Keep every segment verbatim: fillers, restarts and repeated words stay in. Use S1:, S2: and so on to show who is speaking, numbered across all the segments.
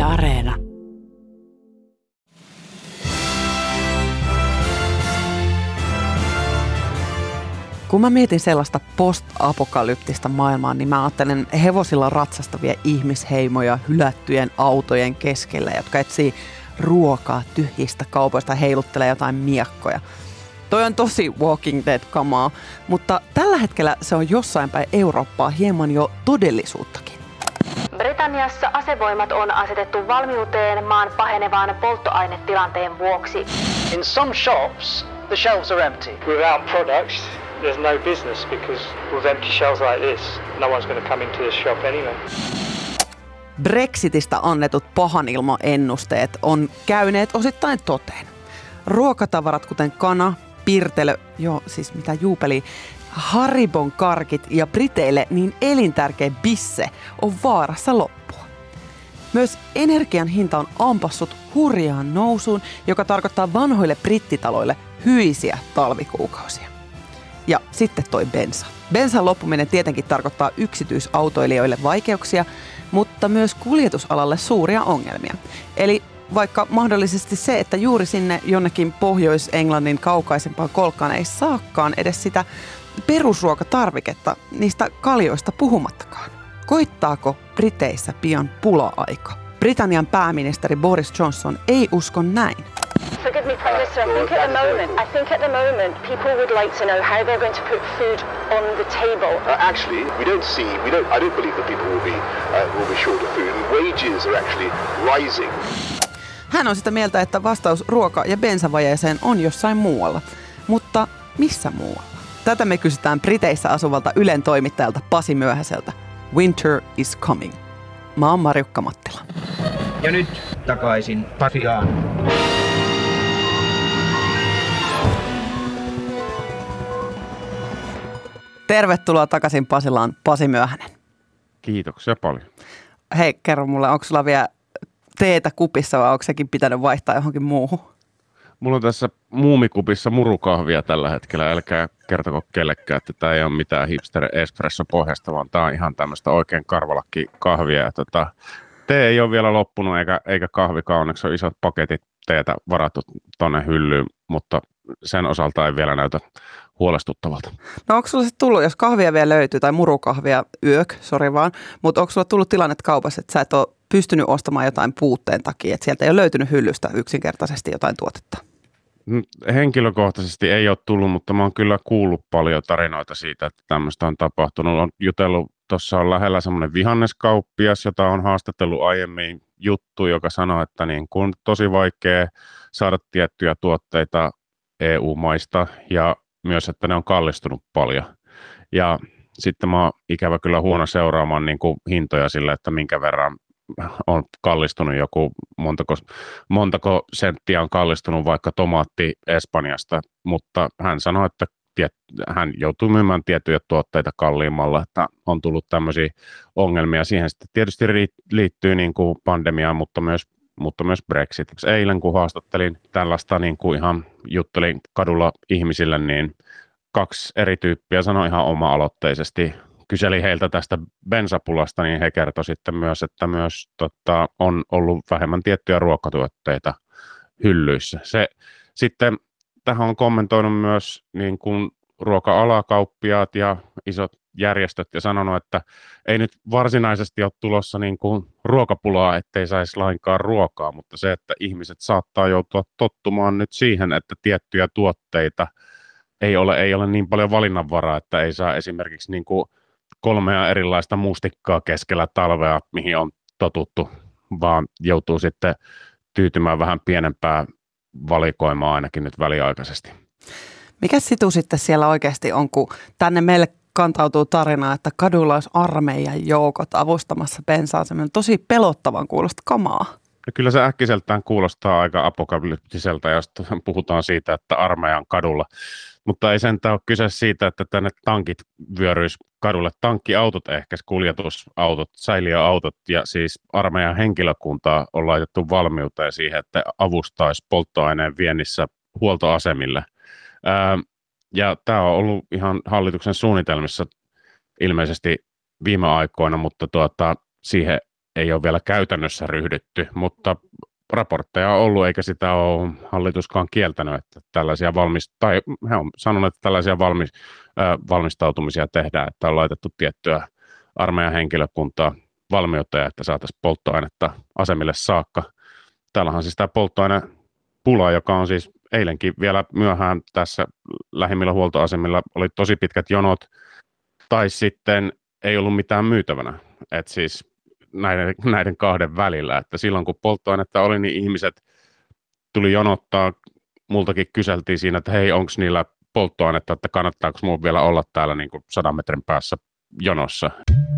S1: Areena. Kun mä mietin sellaista post-apokalyptista maailmaa, niin mä ajattelen hevosilla ratsastavia ihmisheimoja hylättyjen autojen keskellä, jotka etsii ruokaa tyhjistä kaupoista ja heiluttelee jotain miekkoja. Toi on tosi Walking Dead-kamaa, mutta tällä hetkellä se on jossain päin Eurooppaa hieman jo todellisuuttakin.
S2: Britanniassa asevoimat on asetettu valmiuteen maan pahenevan polttoainetilanteen vuoksi.
S3: In some shops, the shelves are empty.
S4: Without products, there's no business because with empty shelves like this, no one's going to come into the shop anyway.
S1: Brexitistä annetut pahanilmaennusteet on käyneet osittain toteen. Ruokatavarat kuten kana, pirtelö, joo siis mitä juupeli, Haribon karkit ja Briteille niin elintärkeä bisse on vaarassa loppua. Myös energian hinta on ampassut hurjaan nousuun, joka tarkoittaa vanhoille brittitaloille hyisiä talvikuukausia. Ja sitten toi bensa. Bensan loppuminen tietenkin tarkoittaa yksityisautoilijoille vaikeuksia, mutta myös kuljetusalalle suuria ongelmia. Eli vaikka mahdollisesti se, että juuri sinne jonnekin Pohjois-Englannin kaukaisempaan kolkkaan ei saakaan edes sitä perusruokatarviketta, niistä kaljoista puhumattakaan. Koittaako Briteissä pian pula-aika? Britannian pääministeri Boris Johnson ei usko näin.
S2: Forgive me, Prime Minister, I think at the moment, I think at the moment people would like to know how they're going to put food on the table.
S5: Uh, actually, we don't see, we don't, I don't believe that people will be, uh, will be short of food. Wages are actually rising.
S1: Hän on sitä mieltä, että vastaus ruoka- ja bensavajeeseen on jossain muualla. Mutta missä muualla? Tätä me kysytään Briteissä asuvalta Ylen toimittajalta Pasi Myöhäseltä. Winter is coming. Mä oon Marjukka Mattila.
S6: Ja nyt takaisin Pasiaan.
S1: Tervetuloa takaisin Pasilaan, Pasi Myöhänen.
S7: Kiitoksia paljon.
S1: Hei, kerro mulle, onko sulla vielä teetä kupissa vai onko sekin pitänyt vaihtaa johonkin muuhun?
S7: Mulla on tässä muumikupissa murukahvia tällä hetkellä. Älkää kertoko kellekään, että tämä ei ole mitään hipster espresso pohjasta, vaan tämä on ihan tämmöistä oikein karvalakki kahvia. Ja tota, tee ei ole vielä loppunut eikä, eikä kahvikaan. Onneksi on isot paketit teetä varattu tonne hyllyyn, mutta sen osalta ei vielä näytä huolestuttavalta.
S1: No onko sulla sitten tullut, jos kahvia vielä löytyy, tai murukahvia, yök, sori vaan, mutta onko sulla tullut tilanne kaupassa, että sä et ole pystynyt ostamaan jotain puutteen takia, että sieltä ei ole löytynyt hyllystä yksinkertaisesti jotain tuotetta?
S7: Henkilökohtaisesti ei ole tullut, mutta mä oon kyllä kuullut paljon tarinoita siitä, että tämmöistä on tapahtunut. On jutellut, tuossa on lähellä semmoinen vihanneskauppias, jota on haastatellut aiemmin juttu, joka sanoo, että niin kun tosi vaikea saada tiettyjä tuotteita E U-maista ja myös, että ne on kallistunut paljon. Ja sitten mä oon ikävä kyllä huono seuraamaan niin kuin hintoja sille, että minkä verran on kallistunut joku, montako, montako senttiä on kallistunut vaikka tomaatti Espanjasta, mutta hän sanoi, että tiet, hän joutuu myymään tiettyjä tuotteita kalliimmalla, että on tullut tämmöisiä ongelmia. Siihen sitten tietysti liittyy niin kuin pandemiaan, mutta myös mutta myös Brexit. Eilen kun haastattelin tällaista, niin kuin ihan juttelin kadulla ihmisille, niin kaksi eri tyyppiä sanoi ihan oma-aloitteisesti. Kyseli heiltä tästä bensapulasta, niin he kertoi sitten myös, että myös tota, on ollut vähemmän tiettyjä ruokatuotteita hyllyissä. Se, sitten tähän on kommentoinut myös niin kuin ruoka-alakauppiaat ja isot järjestöt ja sanonut, että ei nyt varsinaisesti ole tulossa niin kuin ruokapulaa, ettei saisi lainkaan ruokaa, mutta se, että ihmiset saattaa joutua tottumaan nyt siihen, että tiettyjä tuotteita ei ole, ei ole niin paljon valinnanvaraa, että ei saa esimerkiksi niin kuin kolmea erilaista mustikkaa keskellä talvea, mihin on totuttu, vaan joutuu sitten tyytymään vähän pienempään valikoimaan ainakin nyt väliaikaisesti.
S1: Mikä situ sitten siellä oikeasti on, kun tänne meille kantautuu tarina, että kadulla olisi armeijan joukot avustamassa bensaa, semmoinen tosi pelottavan kuulosta kamaa.
S7: Ja kyllä se äkkiseltään kuulostaa aika apokalyptiselta, jos puhutaan siitä, että armeijan kadulla. Mutta ei sentään ole kyse siitä, että tänne tankit vyöryisi kadulle. Tankkiautot ehkä, kuljetusautot, säiliöautot ja siis armeijan henkilökuntaa on laitettu valmiuteen siihen, että avustaisi polttoaineen viennissä huoltoasemille. Ää, ja tämä on ollut ihan hallituksen suunnitelmissa ilmeisesti viime aikoina, mutta tuota, siihen ei ole vielä käytännössä ryhdytty, mutta raportteja on ollut, eikä sitä ole hallituskaan kieltänyt, että tällaisia valmis, tai he on sanonut, että tällaisia valmis, äh, valmistautumisia tehdään, että on laitettu tiettyä armeijan henkilökuntaa valmiutta, että saataisiin polttoainetta asemille saakka. Täällä on siis tämä polttoainepula, joka on siis eilenkin vielä myöhään tässä lähimmillä huoltoasemilla oli tosi pitkät jonot, tai sitten ei ollut mitään myytävänä. Et siis näiden, näiden kahden välillä, että silloin kun polttoainetta oli, niin ihmiset tuli jonottaa, multakin kyseltiin siinä, että hei, onko niillä polttoainetta, että kannattaako minun vielä olla täällä niin kuin sadan metrin päässä jonossa.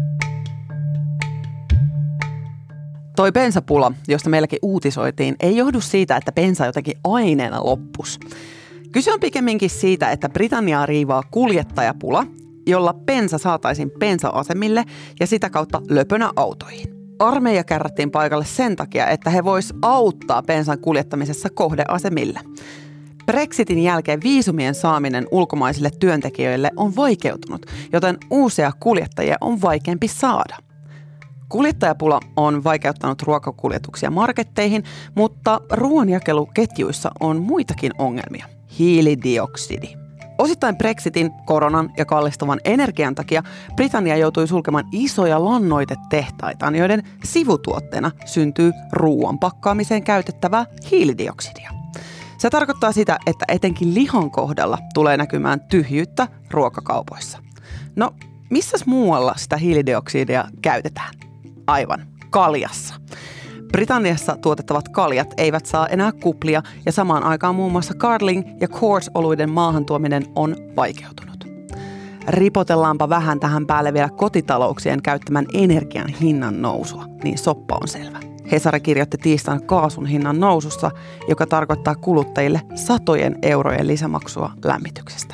S1: Toi bensapula, josta meilläkin uutisoitiin, ei johdu siitä, että bensa jotenkin aineena loppus. Kyse on pikemminkin siitä, että Britanniaa riivaa kuljettajapula, jolla bensa saataisiin bensa-asemille ja sitä kautta löpönä autoihin. Armeija kärrättiin paikalle sen takia, että he vois auttaa bensan kuljettamisessa kohdeasemille. Brexitin jälkeen viisumien saaminen ulkomaisille työntekijöille on vaikeutunut, joten uusia kuljettajia on vaikeampi saada. Kuljettajapula on vaikeuttanut ruokakuljetuksia marketteihin, mutta ruoanjakeluketjuissa on muitakin ongelmia. Hiilidioksidi. Osittain Brexitin, koronan ja kallistuvan energian takia Britannia joutui sulkemaan isoja lannoitetehtaitaan, joiden sivutuotteena syntyy ruoan pakkaamiseen käytettävää hiilidioksidia. Se tarkoittaa sitä, että etenkin lihan kohdalla tulee näkymään tyhjyyttä ruokakaupoissa. No, missäs muualla sitä hiilidioksidia käytetään? Aivan, kaljassa. Britanniassa tuotettavat kaljat eivät saa enää kuplia ja samaan aikaan muun muassa Carling ja Coors-oluiden maahantuominen on vaikeutunut. Ripotellaanpa vähän tähän päälle vielä kotitalouksien käyttämän energian hinnan nousua, niin soppa on selvä. Hesari kirjoitti tiistaina kaasun hinnan nousussa, joka tarkoittaa kuluttajille satojen eurojen lisämaksua lämmityksestä.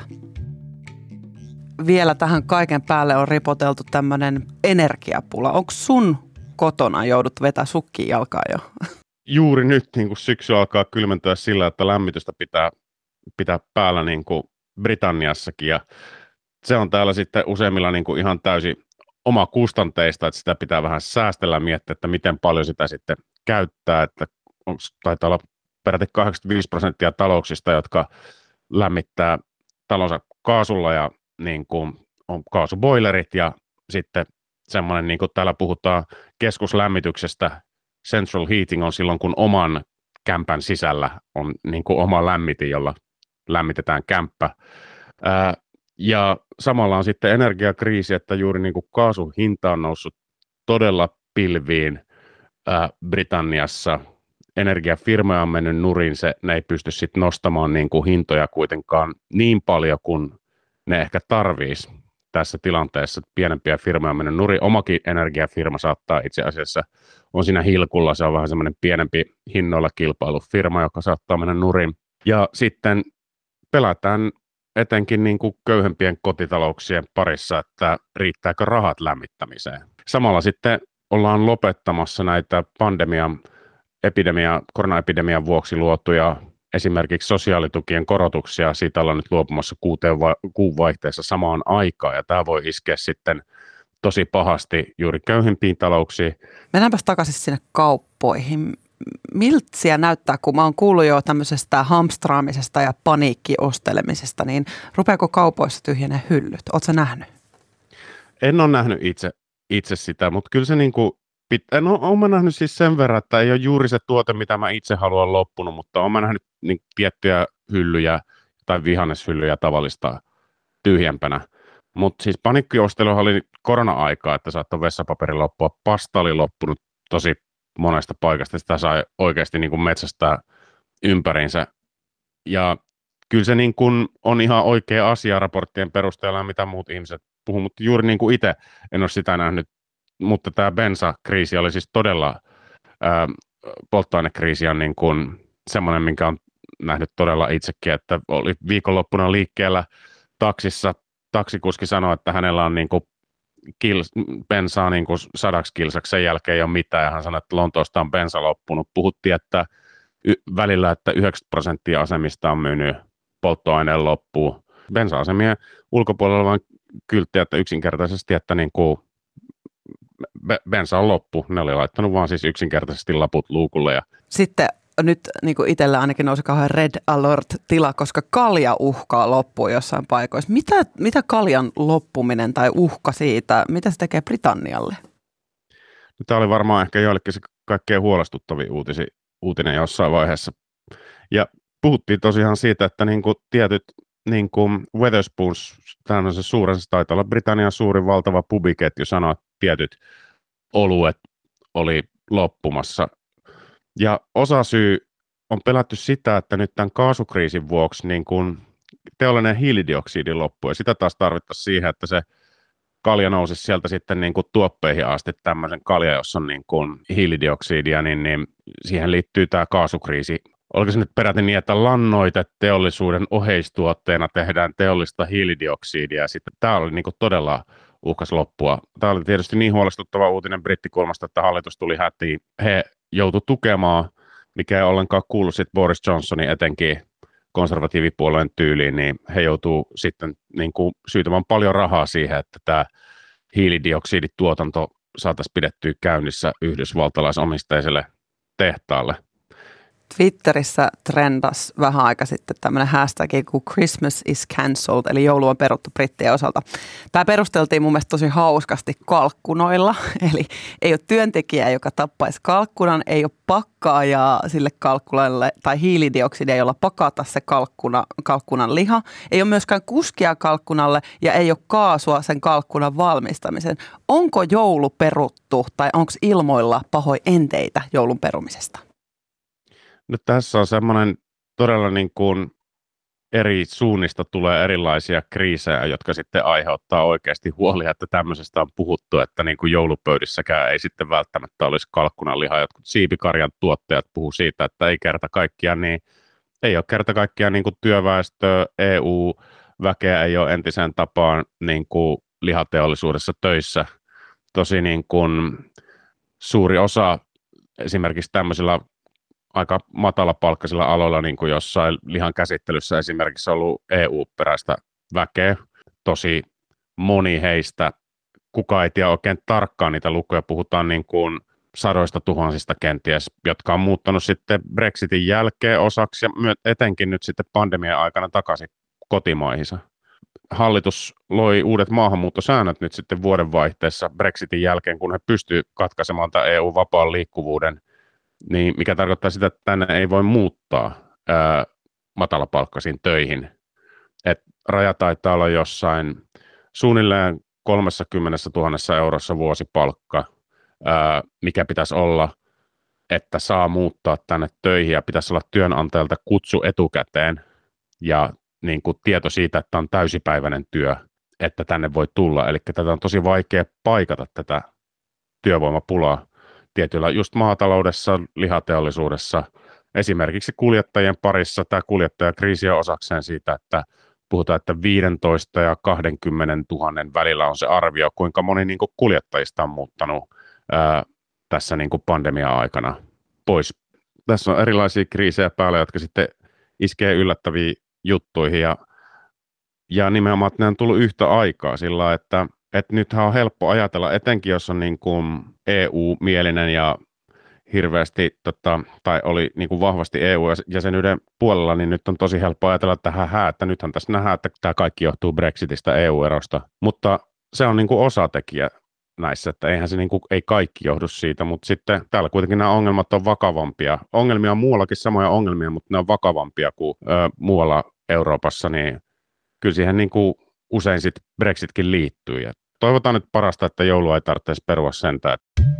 S1: Vielä tähän kaiken päälle on ripoteltu tämmöinen energiapula. Onko sun kotona joudut vetää sukkiin jalkaa jo?
S7: Juuri nyt niin kun syksy alkaa kylmentyä sillä, että lämmitystä pitää, pitää päällä niin kuin Britanniassakin. Ja se on täällä sitten useimmilla niin kuin ihan täysin oma kustanteista, että sitä pitää vähän säästellä, miettiä, että miten paljon sitä sitten käyttää. Että onko, taitaa olla peräti kahdeksankymmentäviisi prosenttia talouksista, jotka lämmittää talonsa kaasulla ja niin kuin on kaasuboilerit ja sitten semmoinen, niin kuin täällä puhutaan keskuslämmityksestä, central heating on silloin, kun oman kämpän sisällä on niin kuin oma lämmitin, jolla lämmitetään kämppä. Ää, ja samalla on sitten energiakriisi, että juuri niin kuin kaasun hinta on noussut todella pilviin ää, Britanniassa. Energiafirmoja on mennyt nurin, se, ne ei pysty sitten nostamaan niin kuin hintoja kuitenkaan niin paljon kuin ne ehkä tarvitsisi tässä tilanteessa. Pienempiä firmoja on mennyt nurin. Omakin energiafirma saattaa itse asiassa, on siinä hilkulla, se on vähän semmoinen pienempi hinnoilla kilpailufirma, joka saattaa mennä nurin. Ja sitten pelätään etenkin niin kuin köyhempien kotitalouksien parissa, että riittääkö rahat lämmittämiseen. Samalla sitten ollaan lopettamassa näitä pandemian, epidemia, koronaepidemian vuoksi luotuja esimerkiksi sosiaalitukien korotuksia, siitä ollaan nyt luopumassa kuuteen va- kuun vaihteessa samaan aikaan, ja tämä voi iskeä sitten tosi pahasti juuri köyhimpiin talouksiin.
S1: Mennäänpäs takaisin sinne kauppoihin. Miltä siellä näyttää, kun mä oon kuullut jo tämmöisestä hamstraamisesta ja paniikkiostelemisesta, niin rupeako kaupoissa tyhjenee hyllyt? Ootko sä nähnyt?
S7: En ole nähnyt itse, itse sitä, mutta kyllä se niin kuin pitää, no olen mä nähnyt siis sen verran, että ei ole juuri se tuote, mitä mä itse haluan loppunut, mutta olen mä nähnyt niin tiettyjä hyllyjä tai vihanneshyllyjä tavallista tyhjempänä. Mutta siis paniikkiostelu oli korona-aikaa, että saattoi vessapaperi loppua, pasta oli loppunut tosi monesta paikasta, sitä sai oikeasti niin kuin metsästää ympäriinsä. Ja kyllä se niin kuin on ihan oikea asia raporttien perusteella, mitä muut ihmiset puhuu, mutta juuri niin kuin itse en ole sitä nähnyt. Mutta tämä bensakriisi oli siis todella, ää, polttoainekriisi on niin kuin semmoinen, minkä on nähnyt todella itsekin, että oli viikonloppuna liikkeellä taksissa, taksikuski sanoi, että hänellä on niin kuin kils, bensaa niin kuin sadaksi kilsaksi, sen jälkeen ei ole mitään, ja hän sanoi, että Lontoosta on bensa loppunut. Puhuttiin, että y- välillä, että yhdeksänkymmentä prosenttia asemista on myynyt polttoaineen loppuun. Bensa-asemien ulkopuolella vain kylttiä, että yksinkertaisesti, että niin kuin bensa on loppu. Ne oli laittanut vaan siis yksinkertaisesti laput luukulle. Ja...
S1: Sitten nyt niin kuin itsellä ainakin nousi kauhean red alert-tila, koska kalja uhkaa loppua jossain paikoissa. Mitä, mitä kaljan loppuminen tai uhka siitä, mitä se tekee Britannialle?
S7: Tämä oli varmaan ehkä joillekin se kaikkein huolestuttavin uutisi, uutinen jossain vaiheessa. Ja puhuttiin tosiaan siitä, että niin kuin tietyt niin kuin Wetherspoons, tämä on se suuren, se taitaa olla Britannian suurin valtava pubiketju, sanoi, että tietyt oluet oli loppumassa. Ja osa syy on pelätty sitä, että nyt tämän kaasukriisin vuoksi niin kuin teollinen hiilidioksidi loppuu. Ja sitä taas tarvittaisiin siihen, että se kalja nousisi sieltä sitten niin kuin tuoppeihin asti tämmöisen kalja, jossa on niin kuin hiilidioksidia, niin, niin siihen liittyy tämä kaasukriisi. Oliko se nyt peräti niin, että lannoiteteollisuuden oheistuotteena tehdään teollista hiilidioksidia, ja sitten tämä oli niin kuin todella uhkas loppua. Tämä oli tietysti niin huolestuttava uutinen brittikulmasta, että hallitus tuli hätiin. He joutui tukemaan, mikä ei ollenkaan kuulu sitten Boris Johnsonin etenkin konservatiivipuolueen tyyliin, niin he joutuu sitten niin kuin syytämään paljon rahaa siihen, että tämä hiilidioksidituotanto saataisiin pidettyä käynnissä yhdysvaltalaisomisteiselle tehtaalle.
S1: Twitterissä trendas vähän aika sitten tämmöinen hashtag kuin Christmas is cancelled, eli joulu on peruttu brittien osalta. Tämä perusteltiin mun mielestä tosi hauskasti kalkkunoilla, eli ei ole työntekijää, joka tappaisi kalkkunan, ei ole pakkaajaa sille kalkkunalle tai hiilidioksidia, jolla pakata se kalkkuna, kalkkunan liha. Ei ole myöskään kuskia kalkkunalle ja ei ole kaasua sen kalkkunan valmistamiseen. Onko joulu peruttu tai onko ilmoilla pahoin enteitä joulun perumisesta?
S7: Nyt tässä on semmoinen todella niin kuin eri suunnista tulee erilaisia kriisejä, jotka sitten aiheuttaa oikeasti huolia, että tämmöisestä on puhuttu, että niin kuin joulupöydissäkään ei sitten välttämättä olisi kalkkunanlihaa. Jotkut siipikarjan tuottajat puhuu siitä, että ei kerta kaikkiaan niin, ei ole kerta kaikkiaan niin kuin työväestöä, E U-väkeä ei ole entiseen tapaan niin kuin lihateollisuudessa töissä. Tosi niin kuin suuri osa esimerkiksi tämmöisillä aika matalapalkkaisilla aloilla, niin kuin jossain lihan käsittelyssä esimerkiksi on ollut E U-peräistä väkeä. Tosi moni heistä, kukaan ei tiedä oikein tarkkaan niitä lukuja, puhutaan niin kuin sadoista tuhansista kenties, jotka on muuttanut sitten Brexitin jälkeen osaksi ja etenkin nyt sitten pandemian aikana takaisin kotimaihinsa. Hallitus loi uudet maahanmuuttosäännöt nyt sitten vuodenvaihteessa Brexitin jälkeen, kun he pystyvät katkaisemaan tämän E U-vapaan liikkuvuuden, niin mikä tarkoittaa sitä, että tänne ei voi muuttaa ää, matalapalkkaisiin töihin. Et raja taitaa olla jossain suunnilleen kolmekymmentätuhatta eurossa vuosipalkka, ää, mikä pitäisi olla, että saa muuttaa tänne töihin ja pitäisi olla työnantajalta kutsu etukäteen ja niin kuin tieto siitä, että on täysipäiväinen työ, että tänne voi tulla. Eli tätä on tosi vaikea paikata tätä työvoimapulaa. Tietyllä just maataloudessa, lihateollisuudessa, esimerkiksi kuljettajien parissa tämä kuljettajakriisi on osakseen siitä, että puhutaan, että viisitoista ja kaksikymmentätuhatta välillä on se arvio, kuinka moni niin kuin kuljettajista on muuttanut ää, tässä niin kuin pandemia-aikana pois. Tässä on erilaisia kriisejä päällä, jotka sitten iskee yllättäviin juttuihin ja, ja nimenomaan, että ne on tullut yhtä aikaa sillä, että että nythän on helppo ajatella, etenkin jos on niin kuin E U-mielinen ja hirveästi, tota, tai oli niin kuin vahvasti E U-jäsenyyden puolella, niin nyt on tosi helppo ajatella, että hähä, että nythän tässä nähdään, että tämä kaikki johtuu Brexitistä, E U-erosta. Mutta se on niin kuin osatekijä näissä, että eihän se niin kuin, ei kaikki johdu siitä, mutta sitten täällä kuitenkin nämä ongelmat on vakavampia. Ongelmia on muuallakin samoja ongelmia, mutta ne on vakavampia kuin ö, muualla Euroopassa, niin kyllä siihen niin kuin usein sitten Brexitkin liittyy. Ja toivotaan nyt parasta, että joulua ei tarvitsisi perua sentään.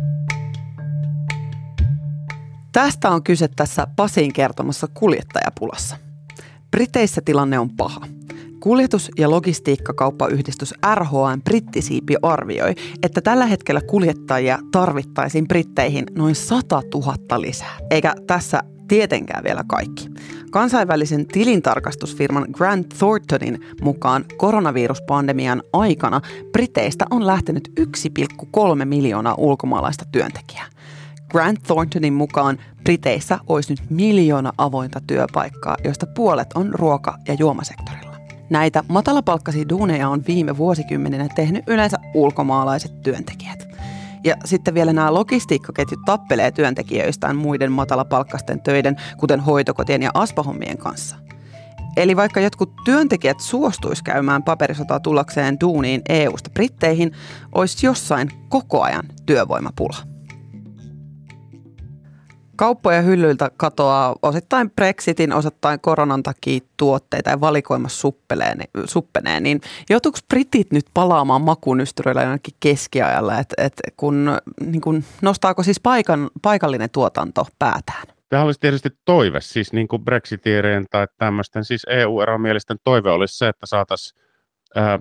S1: Tästä on kyse tässä Pasin kertomassa kuljettajapulassa. Briteissä tilanne on paha. Kuljetus- ja logistiikkakauppayhdistys R H M Brittisiipi arvioi, että tällä hetkellä kuljettajia tarvittaisiin Britteihin noin sata tuhatta lisää. Eikä tässä tietenkään vielä kaikki. Kansainvälisen tilintarkastusfirman Grant Thorntonin mukaan koronaviruspandemian aikana Briteistä on lähtenyt yksi pilkku kolme miljoonaa ulkomaalaista työntekijää. Grant Thorntonin mukaan Briteissä olisi nyt miljoona avointa työpaikkaa, joista puolet on ruoka- ja juomasektorilla. Näitä matalapalkkaisia duuneja on viime vuosikymmeninä tehnyt yleensä ulkomaalaiset työntekijät. Ja sitten vielä nämä logistiikkaketjut tappelee työntekijöistään muiden matalapalkkaisten töiden, kuten hoitokotien ja aspahommien kanssa. Eli vaikka jotkut työntekijät suostuisi käymään paperisotaa tullakseen duuniin E U:sta Britteihin, olisi jossain koko ajan työvoimapula. Kauppoja hyllyiltä katoaa osittain Brexitin, osittain koronan takia tuotteita ja valikoima suppenee, niin joutuuko britit nyt palaamaan makunystyröillä jonnekin keskiajalla, että et kun, niin kun, nostaako siis paikan, paikallinen tuotanto päätään?
S7: Tämä olisi tietysti toive, siis niin kuin brexitierien tai tämmöisten, siis E U-eromielisten toive olisi se, että saataisiin ää,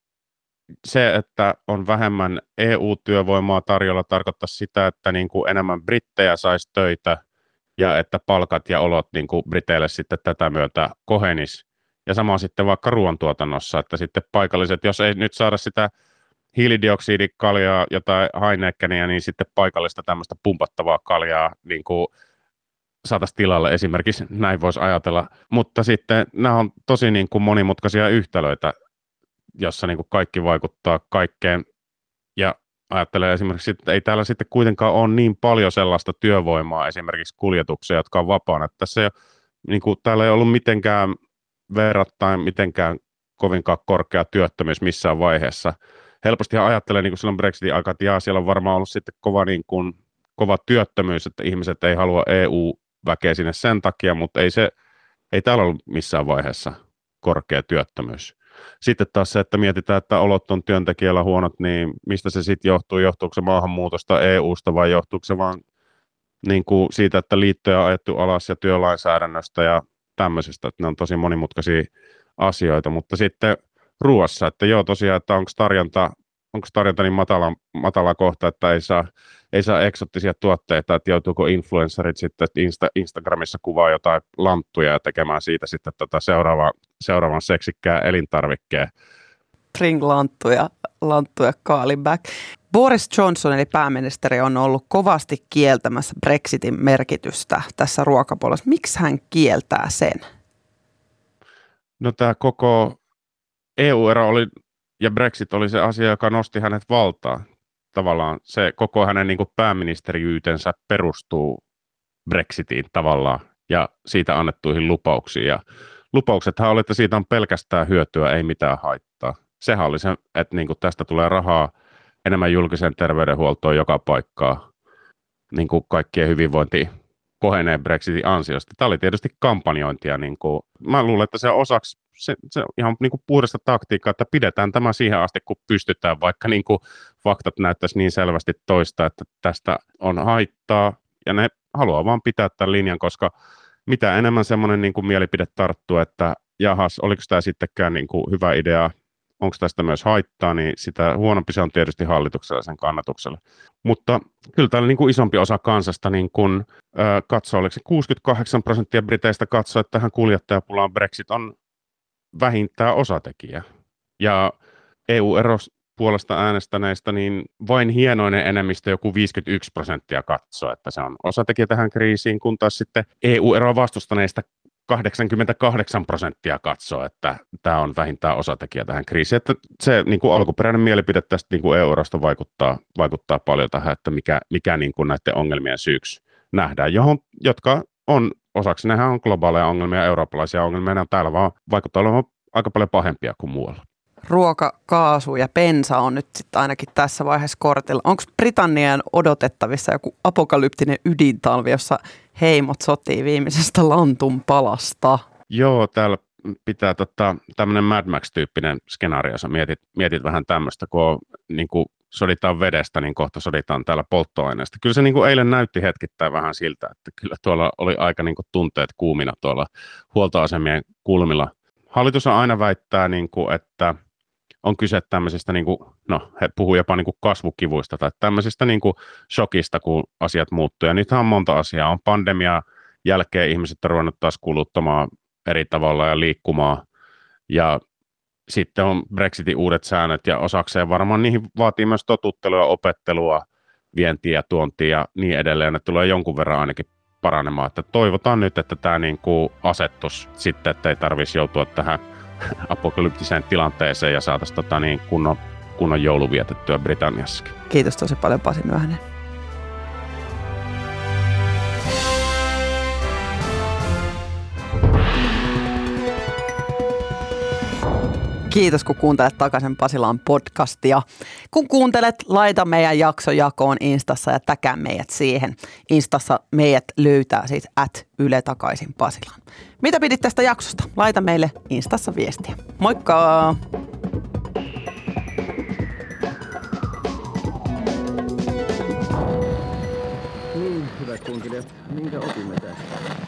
S7: se, että on vähemmän E U-työvoimaa tarjolla, tarkoittaa sitä, että niin kuin enemmän brittejä saisi töitä ja että palkat ja olot niin kuin briteille sitten tätä myötä kohenis. Ja sama sitten vaikka ruoantuotannossa, että sitten paikalliset, jos ei nyt saada sitä hiilidioksidikaljaa, jotain Heinekeniä, niin sitten paikallista tämmöistä pumpattavaa kaljaa niin kuin saataisiin tilalle esimerkiksi, näin voisi ajatella. Mutta sitten nämä on tosi niin kuin monimutkaisia yhtälöitä, jossa niin kuin kaikki vaikuttaa kaikkeen. Ja ajattelee esimerkiksi, että ei täällä sitten kuitenkaan ole niin paljon sellaista työvoimaa esimerkiksi kuljetuksia, jotka on vapaana. Että tässä ei, niin kuin, täällä ei ollut mitenkään verrattain mitenkään kovinkaan korkea työttömyys missään vaiheessa. Helposti ajattelee niin kuin silloin Brexitin aikaa, että jaa, siellä on varmaan ollut sitten kova, niin kuin, kova työttömyys, että ihmiset ei halua E U-väkeä sinne sen takia, mutta ei, se, ei täällä ollut missään vaiheessa korkea työttömyys. Sitten taas se, että mietitään, että olot on työntekijällä huonot, niin mistä se sitten johtuu? Johtuuko se maahanmuutosta E U:sta vai johtuuko se vaan niin kuin siitä, että liittoja on ajettu alas ja työlainsäädännöstä ja tämmöisestä, että ne on tosi monimutkaisia asioita, mutta sitten ruoassa, että joo tosiaan, että onko tarjonta, onko tarjonta niin matala, matala kohta, että ei saa, ei saa eksottisia tuotteita, että joutuuko influencerit sitten Insta, Instagramissa kuvaa jotain lanttuja ja tekemään siitä sitten tota seuraava, seuraavan seksikkään elintarvikkeen.
S1: Bring lanttuja, lanttuja call back. Boris Johnson eli pääministeri on ollut kovasti kieltämässä Brexitin merkitystä tässä ruokapuolessa. Miksi hän kieltää sen?
S7: No tämä koko E U-ero oli ja Brexit oli se asia, joka nosti hänet valtaan. Tavallaan se koko hänen niin kuin pääministeriytensä perustuu Brexitiin tavallaan ja siitä annettuihin lupauksiin. Ja lupauksethan oli, että siitä on pelkästään hyötyä, ei mitään haittaa. Sehän oli se, että niin kuin tästä tulee rahaa enemmän julkiseen terveydenhuoltoon joka paikkaa. Niin kuin kaikkien hyvinvointi kohenee Brexitin ansiosta. Tämä oli tietysti kampanjointia. Niin kuin, mä luulen, että se on osaksi se, se on ihan niin kuin puhdasta taktiikkaa, että pidetään tämä siihen asti, kun pystytään, vaikka niin kuin faktat näyttäisi niin selvästi toista, että tästä on haittaa, ja ne haluaa vaan pitää tämän linjan, koska mitä enemmän semmoinen niin kuin mielipide tarttuu, että jahas, oliko tämä sittenkään niin kuin hyvä idea, onko tästä myös haittaa, niin sitä huonompi se on tietysti hallituksella sen kannatuksella. Mutta kyllä täällä niin kuin isompi osa kansasta niin kuin, äh, katsoo, oliko se kuusikymmentäkahdeksan prosenttia briteistä katsoo, että tähän kuljettajapulaan Brexit on vähintään osatekijä. Ja E U-eros puolesta äänestäneistä, niin vain hienoinen enemmistö, joku viisikymmentäyksi prosenttia katsoo, että se on osatekijä tähän kriisiin, kun taas sitten E U-eroa vastustaneista kahdeksankymmentäkahdeksan prosenttia katsoo, että tämä on vähintään osatekijä tähän kriisiin. Että se niin kuin alkuperäinen mielipide tästä niin kuin E U-erosta vaikuttaa, vaikuttaa paljon tähän, että mikä, mikä niin kuin näiden ongelmien syyksi nähdään, johon, jotka on osaksi, nehän on globaaleja ongelmia, eurooppalaisia ongelmia, ne on täällä vaan vaikuttaa olevan aika paljon pahempia kuin muualla.
S1: Ruoka, kaasu ja bensa on nyt sitten ainakin tässä vaiheessa kortilla. Onko Britannian odotettavissa joku apokalyptinen ydintalvi, jossa heimot sotii viimeisestä lantun palasta?
S7: Joo, täällä pitää tota, tämmöinen Mad Max-tyyppinen skenaario, jos mietit, mietit vähän tämmöistä, kun on, niin kuin soditaan vedestä, niin kohta soditaan täällä polttoaineesta. Kyllä se niin kuin eilen näytti hetkittäin vähän siltä, että kyllä tuolla oli aika niin kuin tunteet kuumina tuolla huoltoasemien kulmilla. Hallitus aina väittää, niin kuin, että on kyse tämmöisistä, niin kuin, no he puhuu jopa niin kuin kasvukivuista tai tämmöisistä niin kuin shokista, kun asiat muuttuu. Ja nythän on monta asiaa. On pandemia jälkeen ihmiset on ruvennut taas kuluttamaan eri tavalla ja liikkumaan. Ja sitten on Brexitin uudet säännöt ja osakseen varmaan niihin vaatii myös totuttelua, opettelua, vientiä, tuontia ja niin edelleen. Ne tulee jonkun verran ainakin paranemaan. Että toivotaan nyt, että tämä niin kuin asettus sitten, että ei tarvitsisi joutua tähän apokalyptiseen tilanteeseen ja saataisiin tota niin kunnon kunnon joulu vietettyä Britanniassakin.
S1: Kiitos tosi paljon Pasi Nyhänen. Kiitos, kun kuuntelet takaisin Pasilaan podcastia. Kun kuuntelet, laita meidän jakso jakoon Instassa ja täkää meidät siihen. Instassa meidät löytää siis at Yle takaisin Pasilaan. Mitä pidit tästä jaksosta? Laita meille Instassa viestiä. Moikka!
S6: Niin, hyvät kuuntelijat, minkä opimme tästä?